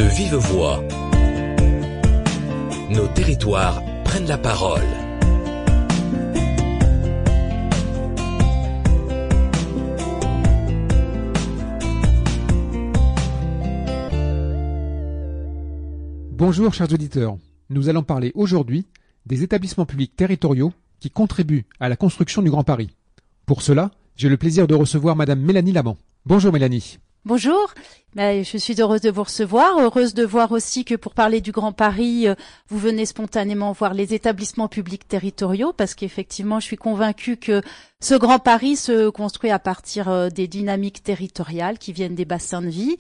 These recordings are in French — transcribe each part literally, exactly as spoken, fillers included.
vive voix. Nos territoires prennent la parole. Bonjour chers auditeurs, nous allons parler aujourd'hui des établissements publics territoriaux qui contribuent à la construction du Grand Paris. Pour cela, j'ai le plaisir de recevoir Madame Mélanie Laban. Bonjour Mélanie. Bonjour, je suis heureuse de vous recevoir, heureuse de voir aussi que pour parler du Grand Paris, vous venez spontanément voir les établissements publics territoriaux parce qu'effectivement je suis convaincue que ce Grand Paris se construit à partir des dynamiques territoriales qui viennent des bassins de vie.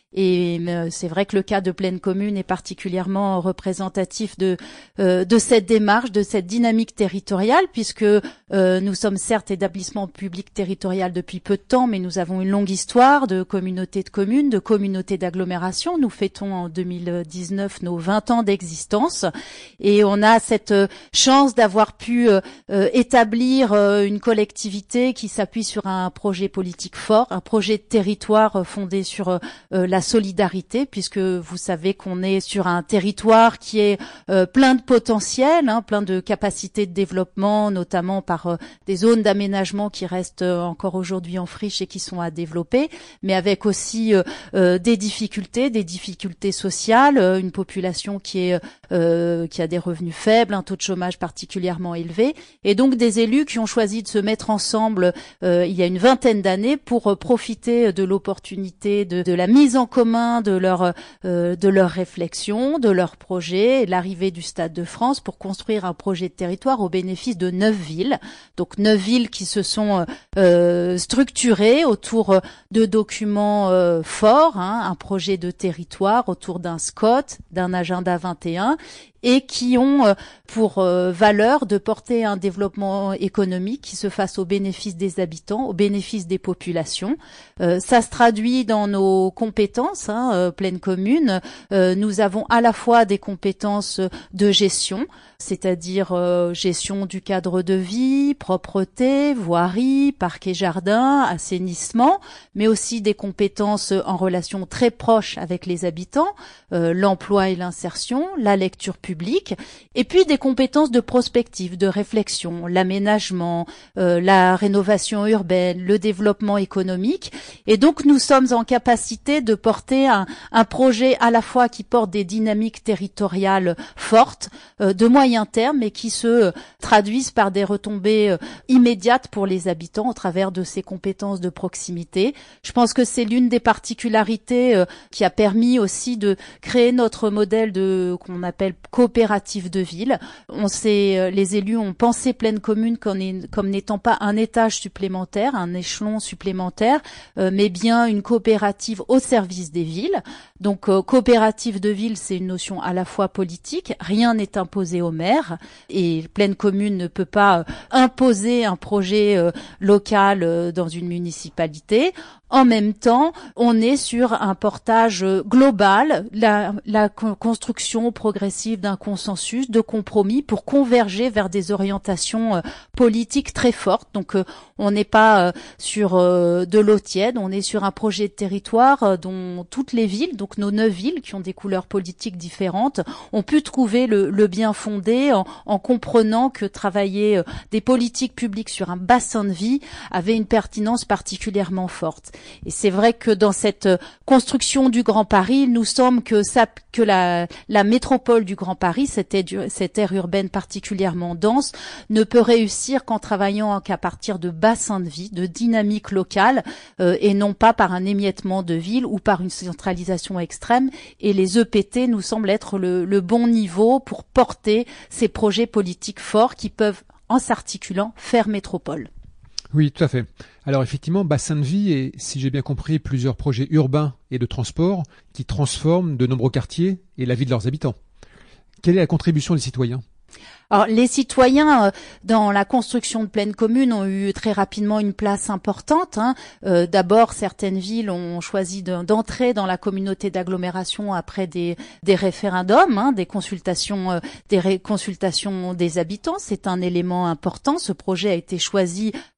Et c'est vrai que le cas de Plaine Commune est particulièrement représentatif de euh, de cette démarche, de cette dynamique territoriale, puisque euh, nous sommes certes établissement public territorial depuis peu de temps, mais nous avons une longue histoire de communautés de communes, de communautés d'agglomération. Nous fêtons en deux mille dix-neuf nos vingt ans d'existence, et on a cette chance d'avoir pu euh, établir euh, une collectivité qui s'appuie sur un projet politique fort, un projet de territoire euh, fondé sur euh, la solidarité, puisque vous savez qu'on est sur un territoire qui est euh, plein de potentiel, hein, plein de capacités de développement, notamment par euh, des zones d'aménagement qui restent euh, encore aujourd'hui en friche et qui sont à développer, mais avec aussi euh, euh, des difficultés, des difficultés sociales, euh, une population qui est euh, qui a des revenus faibles, un taux de chômage particulièrement élevé, et donc des élus qui ont choisi de se mettre ensemble euh, il y a une vingtaine d'années pour euh, profiter de l'opportunité de, de la mise en commun de leur euh, de leur réflexion, de leur projet, l'arrivée du Stade de France pour construire un projet de territoire au bénéfice de neuf villes. Donc neuf villes qui se sont euh, structurées autour de documents euh, forts, hein, un projet de territoire autour d'un S C O T, d'un agenda vingt et un, et qui ont pour valeur de porter un développement économique qui se fasse au bénéfice des habitants, au bénéfice des populations. Euh, ça se traduit dans nos compétences, hein, euh, Plaine Commune. Euh, nous avons à la fois des compétences de gestion, c'est-à-dire euh, gestion du cadre de vie, propreté, voirie, parc et jardin, assainissement, mais aussi des compétences en relation très proche avec les habitants, euh, l'emploi et l'insertion, la lecture publique, et puis des compétences de prospective, de réflexion, l'aménagement, euh, la rénovation urbaine, le développement économique. Et donc nous sommes en capacité de porter un, un projet à la fois qui porte des dynamiques territoriales fortes, euh, de moyen terme, mais qui se traduisent par des retombées euh, immédiates pour les habitants au travers de ces compétences de proximité. Je pense que c'est l'une des particularités euh, qui a permis aussi de créer notre modèle de qu'on appelle coopérative de ville. On sait, euh, les élus ont pensé Plaine Commune comme, comme n'étant pas un étage supplémentaire, un échelon supplémentaire, euh, mais bien une coopérative au service des villes. Donc euh, coopérative de ville, c'est une notion à la fois politique, rien n'est imposé au maire, et Plaine Commune ne peut pas euh, imposer un projet euh, local euh, dans une municipalité. En même temps, on est sur un portage global, la, la construction progressive d'un consensus, de compromis pour converger vers des orientations euh, politiques très fortes. Donc, euh, on n'est pas euh, sur euh, de l'eau tiède, on est sur un projet de territoire euh, dont toutes les villes, donc nos neuf villes qui ont des couleurs politiques différentes, ont pu trouver le, le bien fondé en, en comprenant que travailler euh, des politiques publiques sur un bassin de vie avait une pertinence particulièrement forte. Et c'est vrai que dans cette construction du Grand Paris, nous sommes que ça, que la, la métropole du Grand Paris, cette, aire, cette aire urbaine particulièrement dense, ne peut réussir qu'en travaillant qu'à partir de bassins de vie, de dynamique locale, euh, et non pas par un émiettement de ville ou par une centralisation extrême. Et les E P T nous semblent être le, le bon niveau pour porter ces projets politiques forts qui peuvent, en s'articulant, faire métropole. Oui, tout à fait. Alors effectivement, bassin de vie et, si j'ai bien compris, plusieurs projets urbains et de transport qui transforment de nombreux quartiers et la vie de leurs habitants. Quelle est la contribution des citoyens ? Alors, les citoyens, euh, dans la construction de Plaine Commune, ont eu très rapidement une place importante. Hein. Euh, d'abord, certaines villes ont choisi de, d'entrer dans la communauté d'agglomération après des, des référendums, hein, des consultations, euh, des ré- consultations des habitants. C'est un élément important. Ce projet a été choisi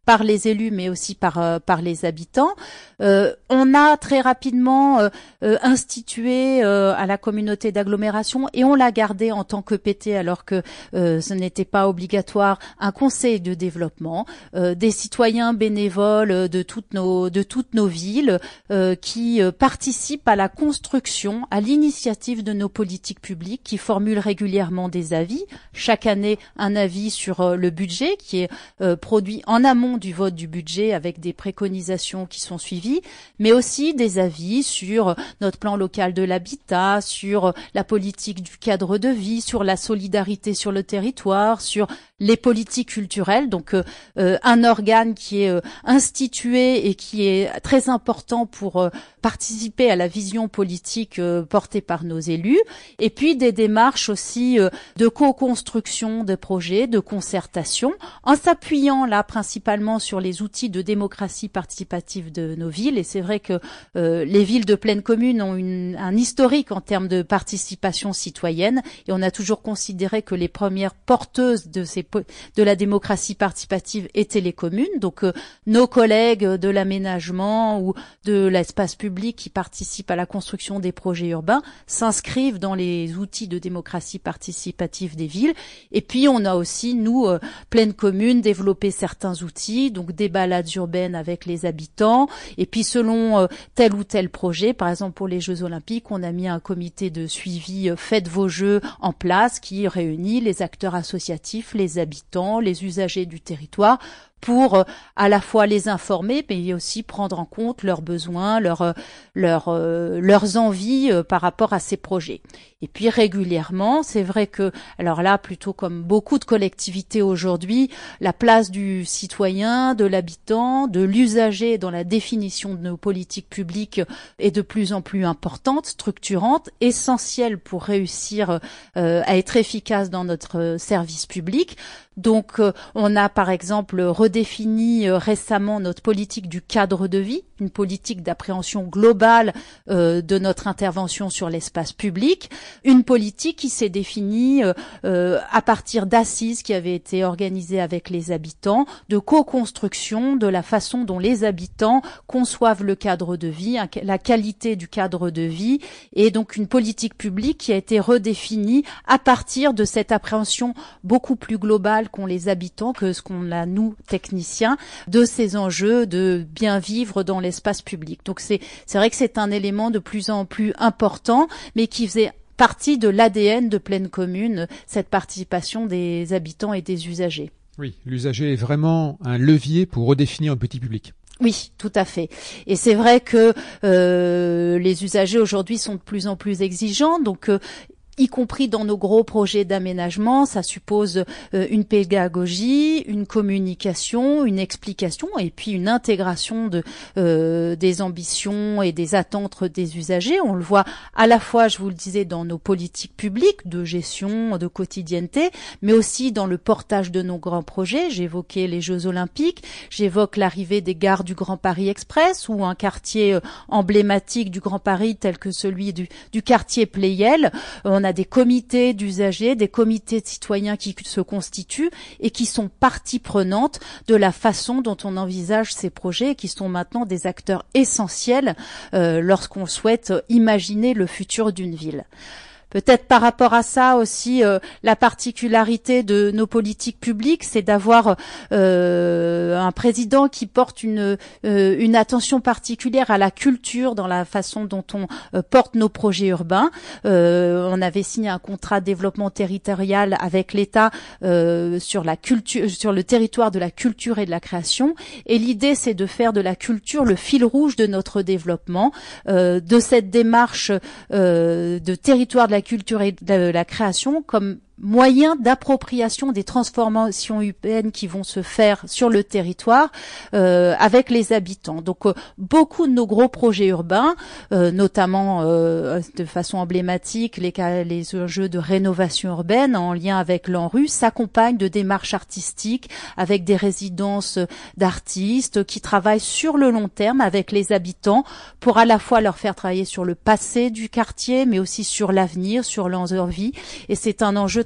par les élus, mais aussi par euh, par les habitants. Euh, on a très rapidement euh, euh, institué euh, à la communauté d'agglomération, et on l'a gardé en tant que P T alors que euh, ce n'était pas obligatoire, un conseil de développement, euh, des citoyens bénévoles de toutes nos de toutes nos villes euh, qui euh, participent à la construction, à l'initiative de nos politiques publiques, qui formulent régulièrement des avis. Chaque année, un avis sur euh, le budget qui est euh, produit en amont du vote du budget avec des préconisations qui sont suivies, mais aussi des avis sur notre plan local de l'habitat, sur la politique du cadre de vie, sur la solidarité sur le territoire, sur les politiques culturelles. Donc euh, euh, un organe qui est euh, institué et qui est très important pour euh, participer à la vision politique euh, portée par nos élus, et puis des démarches aussi euh, de co-construction de projets, de concertation, en s'appuyant là principalement sur les outils de démocratie participative de nos villes. Et c'est vrai que euh, les villes de pleine commune ont une, un historique en termes de participation citoyenne, et on a toujours considéré que les premières porteuses de ces de la démocratie participative étaient les communes. Donc euh, nos collègues de l'aménagement ou de l'espace public qui participent à la construction des projets urbains s'inscrivent dans les outils de démocratie participative des villes. Et puis on a aussi, nous, euh, pleine commune, développé certains outils, donc des balades urbaines avec les habitants. Et puis selon euh, tel ou tel projet, par exemple pour les Jeux Olympiques, on a mis un comité de suivi euh, Faites vos Jeux en place qui réunit les acteurs associatifs, les habitants, les usagers du territoire, pour euh, à la fois les informer, mais aussi prendre en compte leurs besoins, leurs leurs euh, leurs envies euh, par rapport à ces projets. Et puis régulièrement, c'est vrai que, alors là, plutôt comme beaucoup de collectivités aujourd'hui, la place du citoyen, de l'habitant, de l'usager dans la définition de nos politiques publiques est de plus en plus importante, structurante, essentielle pour réussir euh, à être efficace dans notre service public. Donc, euh, on a par exemple redéfini euh, récemment notre politique du cadre de vie, une politique d'appréhension globale euh, de notre intervention sur l'espace public, une politique qui s'est définie euh, euh, à partir d'assises qui avaient été organisées avec les habitants, de co-construction de la façon dont les habitants conçoivent le cadre de vie, hein, la qualité du cadre de vie, et donc une politique publique qui a été redéfinie à partir de cette appréhension beaucoup plus globale qu'ont les habitants, que ce qu'on a nous techniciens, de ces enjeux de bien vivre dans l'espace public. Donc c'est c'est vrai que c'est un élément de plus en plus important, mais qui faisait partie de l'A D N de pleine commune, cette participation des habitants et des usagers. Oui, l'usager est vraiment un levier pour redéfinir un petit public. Oui, tout à fait. Et c'est vrai que euh, les usagers aujourd'hui sont de plus en plus exigeants, donc euh, y compris dans nos gros projets d'aménagement, ça suppose euh, une pédagogie, une communication, une explication et puis une intégration de euh, des ambitions et des attentes des usagers. On le voit à la fois, je vous le disais, dans nos politiques publiques de gestion, de quotidienneté, mais aussi dans le portage de nos grands projets. J'évoquais les Jeux Olympiques, j'évoque l'arrivée des gares du Grand Paris Express ou un quartier euh, emblématique du Grand Paris tel que celui du, du quartier Pleyel. On a des comités d'usagers, des comités de citoyens qui se constituent et qui sont partie prenante de la façon dont on envisage ces projets et qui sont maintenant des acteurs essentiels euh, lorsqu'on souhaite imaginer le futur d'une ville. Peut-être par rapport à ça aussi, euh, la particularité de nos politiques publiques, c'est d'avoir euh, un président qui porte une euh, une attention particulière à la culture dans la façon dont on euh, porte nos projets urbains. Euh, on avait signé un contrat de développement territorial avec l'État euh, sur la culture, sur le territoire de la culture et de la création. Et l'idée, c'est de faire de la culture le fil rouge de notre développement, euh, de cette démarche euh, de territoire de la la culture et de la création comme moyen d'appropriation des transformations urbaines qui vont se faire sur le territoire euh, avec les habitants. Donc euh, beaucoup de nos gros projets urbains, euh, notamment euh, de façon emblématique les, les enjeux de rénovation urbaine en lien avec l'ANRU, s'accompagnent de démarches artistiques avec des résidences d'artistes qui travaillent sur le long terme avec les habitants pour à la fois leur faire travailler sur le passé du quartier mais aussi sur l'avenir, sur leurs envies. Et c'est un enjeu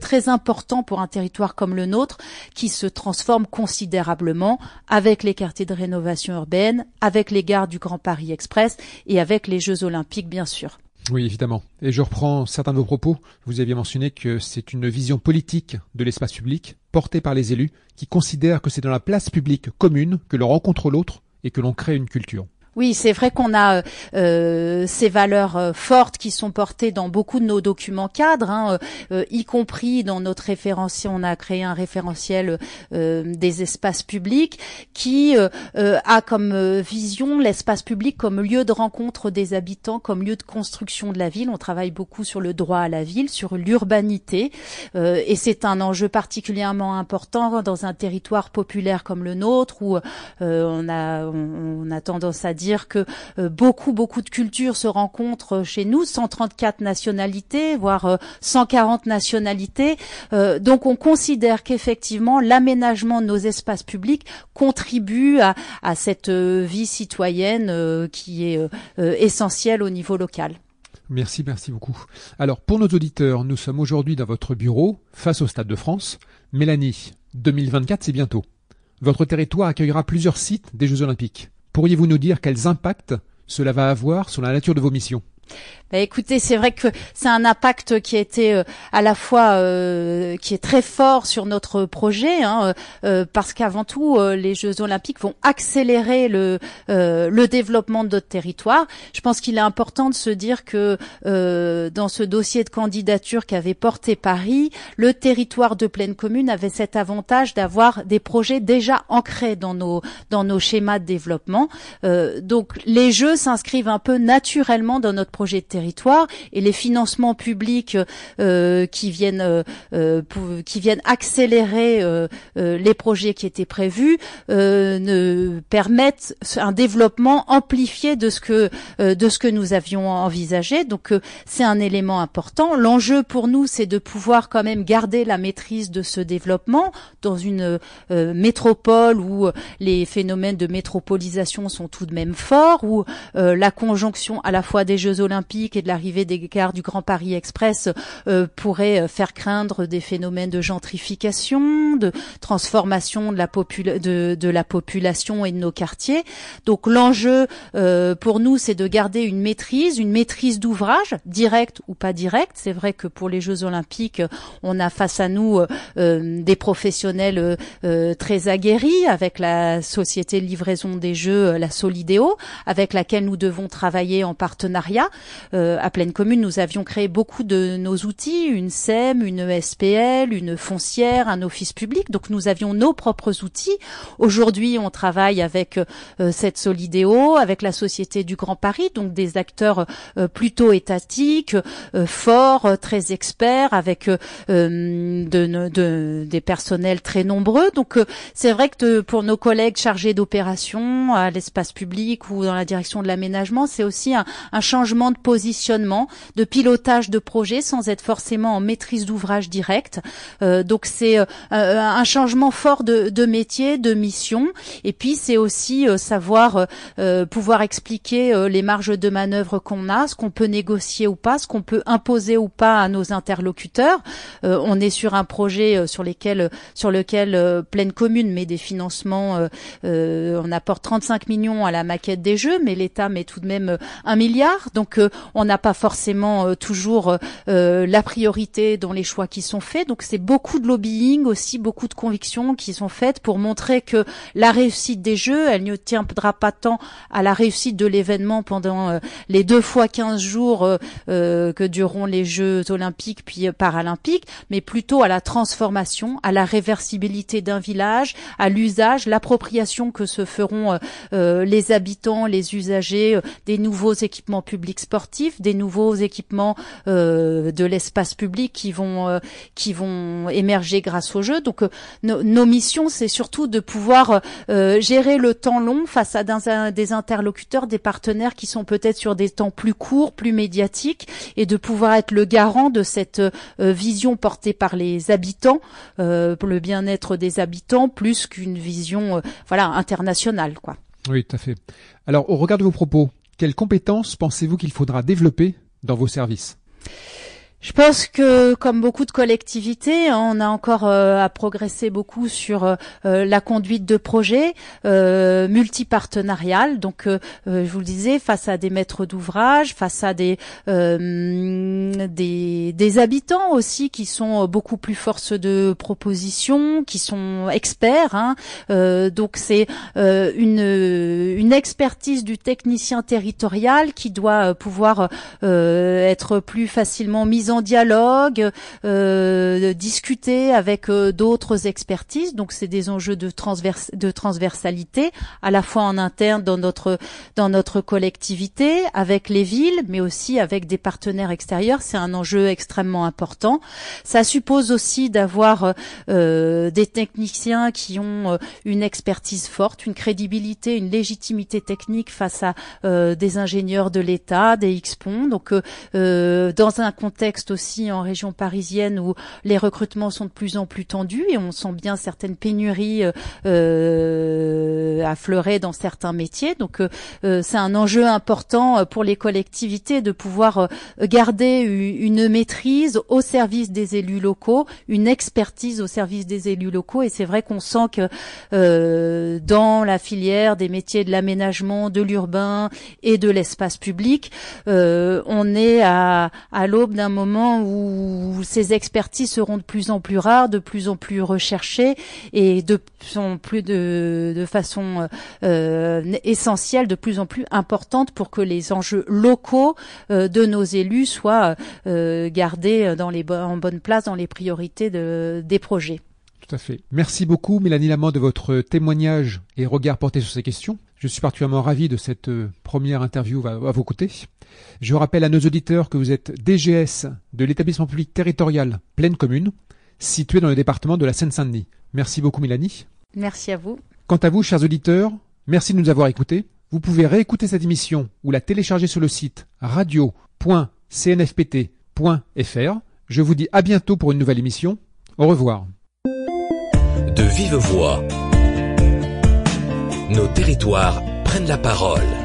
très important pour un territoire comme le nôtre qui se transforme considérablement avec les quartiers de rénovation urbaine, avec les gares du Grand Paris Express et avec les Jeux Olympiques, bien sûr. Oui, évidemment. Et je reprends certains de vos propos. Vous aviez mentionné que c'est une vision politique de l'espace public portée par les élus qui considèrent que c'est dans la place publique commune que l'on rencontre l'autre et que l'on crée une culture. Oui, c'est vrai qu'on a euh, ces valeurs euh, fortes qui sont portées dans beaucoup de nos documents cadres, hein, euh, y compris dans notre référentiel. On a créé un référentiel euh, des espaces publics qui euh, euh, a comme euh, vision l'espace public comme lieu de rencontre des habitants, comme lieu de construction de la ville. On travaille beaucoup sur le droit à la ville, sur l'urbanité, euh, et c'est un enjeu particulièrement important dans un territoire populaire comme le nôtre où euh, on a on, on a tendance à dire dire que euh, beaucoup beaucoup de cultures se rencontrent chez nous, cent trente-quatre nationalités, voire euh, cent quarante nationalités. Euh, donc on considère qu'effectivement l'aménagement de nos espaces publics contribue à, à cette euh, vie citoyenne euh, qui est euh, euh, essentielle au niveau local. Merci, merci beaucoup. Alors, pour nos auditeurs, nous sommes aujourd'hui dans votre bureau, face au Stade de France. Mélanie, deux mille vingt-quatre, c'est bientôt. Votre territoire accueillera plusieurs sites des Jeux Olympiques. Pourriez-vous nous dire quels impacts cela va avoir sur la nature de vos missions ? Bah écoutez, c'est vrai que c'est un impact qui a été euh, à la fois euh, qui est très fort sur notre projet, hein, euh, parce qu'avant tout, euh, les Jeux Olympiques vont accélérer le euh, le développement de notre territoire. Je pense qu'il est important de se dire que euh, dans ce dossier de candidature qu'avait porté Paris, le territoire de Plaine Commune avait cet avantage d'avoir des projets déjà ancrés dans nos dans nos schémas de développement. Euh, donc les Jeux s'inscrivent un peu naturellement dans notre projet de territoire. Et les financements publics euh, qui viennent euh, euh, pour, qui viennent accélérer euh, euh, les projets qui étaient prévus euh, ne permettent un développement amplifié de ce que euh, de ce que nous avions envisagé. Donc euh, c'est un élément important. L'enjeu pour nous, c'est de pouvoir quand même garder la maîtrise de ce développement dans une euh, métropole où les phénomènes de métropolisation sont tout de même forts, où euh, la conjonction à la fois des Jeux Olympiques et de l'arrivée des gares du Grand Paris Express euh, pourrait faire craindre des phénomènes de gentrification, de transformation de la, popula- de, de la population et de nos quartiers. Donc l'enjeu euh, pour nous, c'est de garder une maîtrise, une maîtrise d'ouvrage, directe ou pas directe. C'est vrai que pour les Jeux Olympiques, on a face à nous euh, des professionnels euh, très aguerris avec la société de livraison des Jeux, la Solidéo, avec laquelle nous devons travailler en partenariat. Euh, à Plaine Commune, nous avions créé beaucoup de nos outils, une S E M, une S P L, une foncière, un office public. Donc nous avions nos propres outils. Aujourd'hui, on travaille avec euh, cette Solidéo, avec la Société du Grand Paris, donc des acteurs euh, plutôt étatiques, euh, forts, euh, très experts, avec euh, de, de, des personnels très nombreux. Donc euh, c'est vrai que de, pour nos collègues chargés d'opérations à l'espace public ou dans la direction de l'aménagement, c'est aussi un, un changement de positionnement, de pilotage de projet sans être forcément en maîtrise d'ouvrage directe. Euh, donc c'est euh, un changement fort de, de métier, de mission. Et puis c'est aussi euh, savoir euh, pouvoir expliquer euh, les marges de manœuvre qu'on a, ce qu'on peut négocier ou pas, ce qu'on peut imposer ou pas à nos interlocuteurs. Euh, on est sur un projet euh, sur lesquels, sur lequel euh, Plaine Commune met des financements. Euh, euh, on apporte trente-cinq millions à la maquette des Jeux, mais l'État met tout de même euh, un milliard. Donc euh, on n'a pas forcément euh, toujours euh, la priorité dans les choix qui sont faits. Donc c'est beaucoup de lobbying aussi, beaucoup de convictions qui sont faites pour montrer que la réussite des Jeux, elle ne tiendra pas tant à la réussite de l'événement pendant euh, les deux fois quinze jours euh, euh, que dureront les Jeux Olympiques puis euh, Paralympiques, mais plutôt à la transformation, à la réversibilité d'un village, à l'usage, l'appropriation que se feront euh, euh, les habitants, les usagers euh, des nouveaux équipements publics sportifs, des nouveaux équipements euh, de l'espace public qui vont euh, qui vont émerger grâce aux Jeux. Donc euh, no, nos missions, c'est surtout de pouvoir euh, gérer le temps long face à d'un, des interlocuteurs, des partenaires qui sont peut-être sur des temps plus courts, plus médiatiques, et de pouvoir être le garant de cette euh, vision portée par les habitants, euh, pour le bien-être des habitants, plus qu'une vision euh, voilà internationale, quoi. Oui, tout à fait. Alors, au regard de vos propos, quelles compétences pensez-vous qu'il faudra développer dans vos services ? Je pense que, comme beaucoup de collectivités, on a encore euh, à progresser beaucoup sur euh, la conduite de projets euh, multipartenariales. Donc, euh, je vous le disais, face à des maîtres d'ouvrage, face à des, euh, des des habitants aussi qui sont beaucoup plus force de proposition, qui sont experts. Hein. Euh, donc, c'est euh, une une expertise du technicien territorial qui doit pouvoir euh, être plus facilement mise en dialogue, euh, discuter avec euh, d'autres expertises. Donc c'est des enjeux de, transvers de transversalité, à la fois en interne dans notre dans notre collectivité, avec les villes, mais aussi avec des partenaires extérieurs. C'est un enjeu extrêmement important. Ça suppose aussi d'avoir euh, des techniciens qui ont une expertise forte, une crédibilité, une légitimité technique face à euh, des ingénieurs de l'État, des X P O N. Donc euh, dans un contexte aussi en région parisienne où les recrutements sont de plus en plus tendus et on sent bien certaines pénuries euh, affleurer dans certains métiers. Donc euh, c'est un enjeu important pour les collectivités de pouvoir garder une maîtrise au service des élus locaux, une expertise au service des élus locaux. Et c'est vrai qu'on sent que euh, dans la filière des métiers de l'aménagement, de l'urbain et de l'espace public, euh, on est à, à l'aube d'un moment où ces expertises seront de plus en plus rares, de plus en plus recherchées et de plus en plus de, de façon euh, essentielle, de plus en plus importante pour que les enjeux locaux euh, de nos élus soient euh, gardés dans les bo- en bonne place dans les priorités de, des projets. Tout à fait. Merci beaucoup Mélanie Lamant de votre témoignage et regard porté sur ces questions. Je suis particulièrement ravi de cette première interview à, à vos côtés. Je rappelle à nos auditeurs que vous êtes D G S de l'établissement public territorial Plaine Commune, situé dans le département de la Seine-Saint-Denis. Merci beaucoup Mélanie. Merci à vous. Quant à vous, chers auditeurs, merci de nous avoir écoutés. Vous pouvez réécouter cette émission ou la télécharger sur le site radio point c n f p t point f r. Je vous dis à bientôt pour une nouvelle émission. Au revoir. De vive voix, nos territoires prennent la parole.